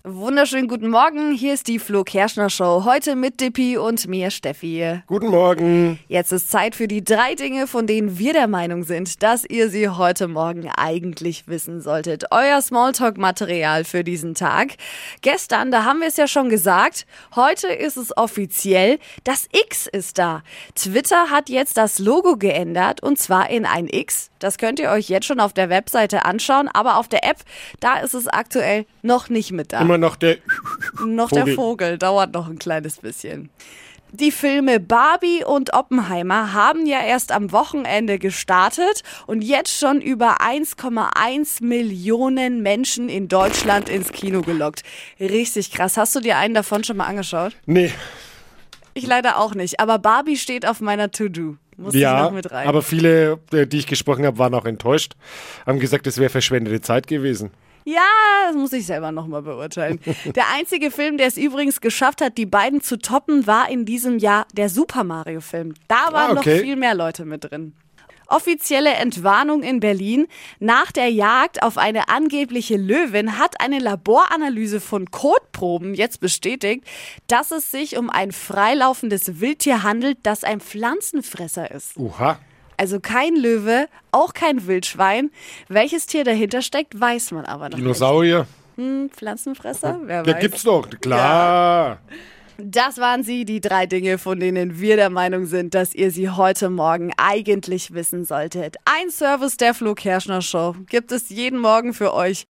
Wunderschönen guten Morgen, hier ist die Flo Kerschner Show. Heute mit Dippi und mir, Steffi. Guten Morgen. Jetzt ist Zeit für die 3 Dinge, von denen wir der Meinung sind, dass ihr sie heute Morgen eigentlich wissen solltet. Euer Smalltalk-Material für diesen Tag. Gestern, da haben wir es ja schon gesagt, heute ist es offiziell, das X ist da. Twitter hat jetzt das Logo geändert und zwar in ein X. Das könnt ihr euch jetzt schon auf der Webseite anschauen, aber auf der App, da ist es aktuell noch nicht mit da. Immer noch der Der Vogel, dauert noch ein kleines bisschen. Die Filme Barbie und Oppenheimer haben ja erst am Wochenende gestartet und jetzt schon über 1,1 Millionen Menschen in Deutschland ins Kino gelockt. Richtig krass. Hast du dir einen davon schon mal angeschaut? Nee. Ich leider auch nicht, aber Barbie steht auf meiner To-Do. Muss ich noch mit rein. Aber viele, die ich gesprochen habe, waren auch enttäuscht. Haben gesagt, es wäre verschwendete Zeit gewesen. Ja, das muss ich selber nochmal beurteilen. Der einzige Film, der es übrigens geschafft hat, die beiden zu toppen, war in diesem Jahr der Super Mario-Film. Da waren noch viel mehr Leute mit drin. Offizielle Entwarnung in Berlin. Nach der Jagd auf eine angebliche Löwin hat eine Laboranalyse von Kotproben jetzt bestätigt, dass es sich um ein freilaufendes Wildtier handelt, das ein Pflanzenfresser ist. Oha. Also kein Löwe, auch kein Wildschwein. Welches Tier dahinter steckt, weiß man aber noch Dinosaurier? nicht. Pflanzenfresser? Wer Ja, weiß. gibt's doch, klar. Ja. Das waren sie, die 3 Dinge, von denen wir der Meinung sind, dass ihr sie heute Morgen eigentlich wissen solltet. Ein Service der Flo Kerschner Show gibt es jeden Morgen für euch